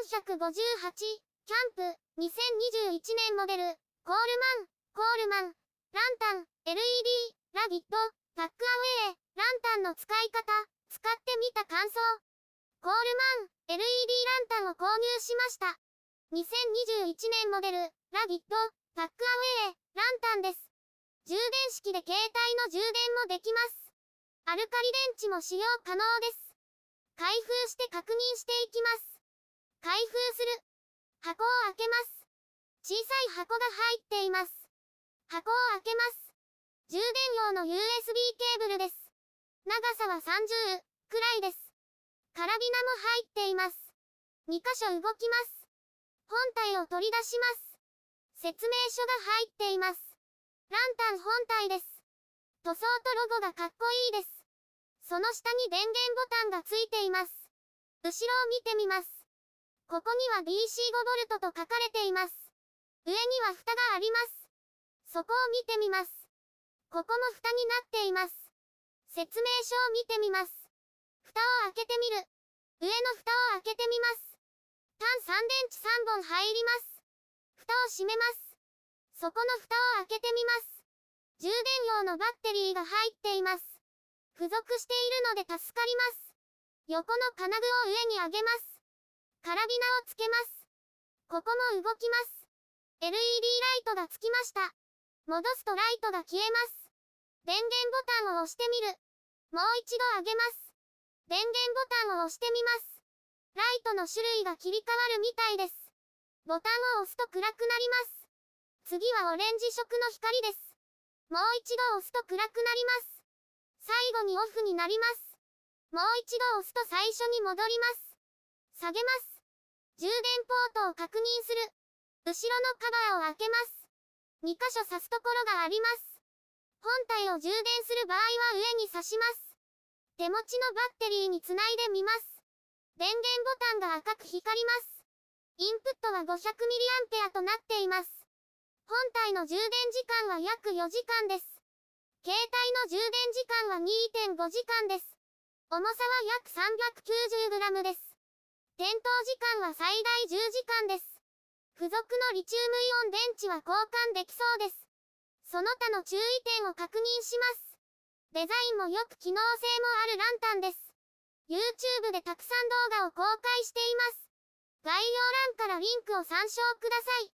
458、キャンプ、2021年モデル、コールマン、ランタン、LED、ラギット、パックアウェイ、ランタンの使い方、使ってみた感想。コールマン、LED ランタンを購入しました。2021年モデル、ラギット、パックアウェイ、ランタンです。充電式で携帯の充電もできます。アルカリ電池も使用可能です。開封して確認していきます。開封する。箱を開けます。小さい箱が入っています。箱を開けます。充電用の USB ケーブルです。長さは30くらいです。カラビナも入っています。2箇所動きます。本体を取り出します。説明書が入っています。ランタン本体です。塗装とロゴがかっこいいです。その下に電源ボタンがついています。後ろを見てみます。ここには DC5V と書かれています。上には蓋があります。そこを見てみます。ここも蓋になっています。説明書を見てみます。蓋を開けてみる。上の蓋を開けてみます。単3電池3本入ります。蓋を閉めます。そこの蓋を開けてみます。充電用のバッテリーが入っています。付属しているので助かります。横の金具を上に上げます。カラビナをつけます。ここも動きます。LED ライトがつきました。戻すとライトが消えます。電源ボタンを押してみる。もう一度上げます。電源ボタンを押してみます。ライトの種類が切り替わるみたいです。ボタンを押すと暗くなります。次はオレンジ色の光です。もう一度押すと暗くなります。最後にオフになります。もう一度押すと最初に戻ります。下げます。充電ポートを確認する。後ろのカバーを開けます。2箇所挿すところがあります。本体を充電する場合は上に挿します。手持ちのバッテリーにつないでみます。電源ボタンが赤く光ります。インプットは 500mAh となっています。本体の充電時間は約4時間です。携帯の充電時間は 2.5 時間です。重さは約 390g です。点灯時間は最大10時間です。付属のリチウムイオン電池は交換できそうです。その他の注意点を確認します。デザインもよく機能性もあるランタンです。YouTube でたくさん動画を公開しています。概要欄からリンクを参照ください。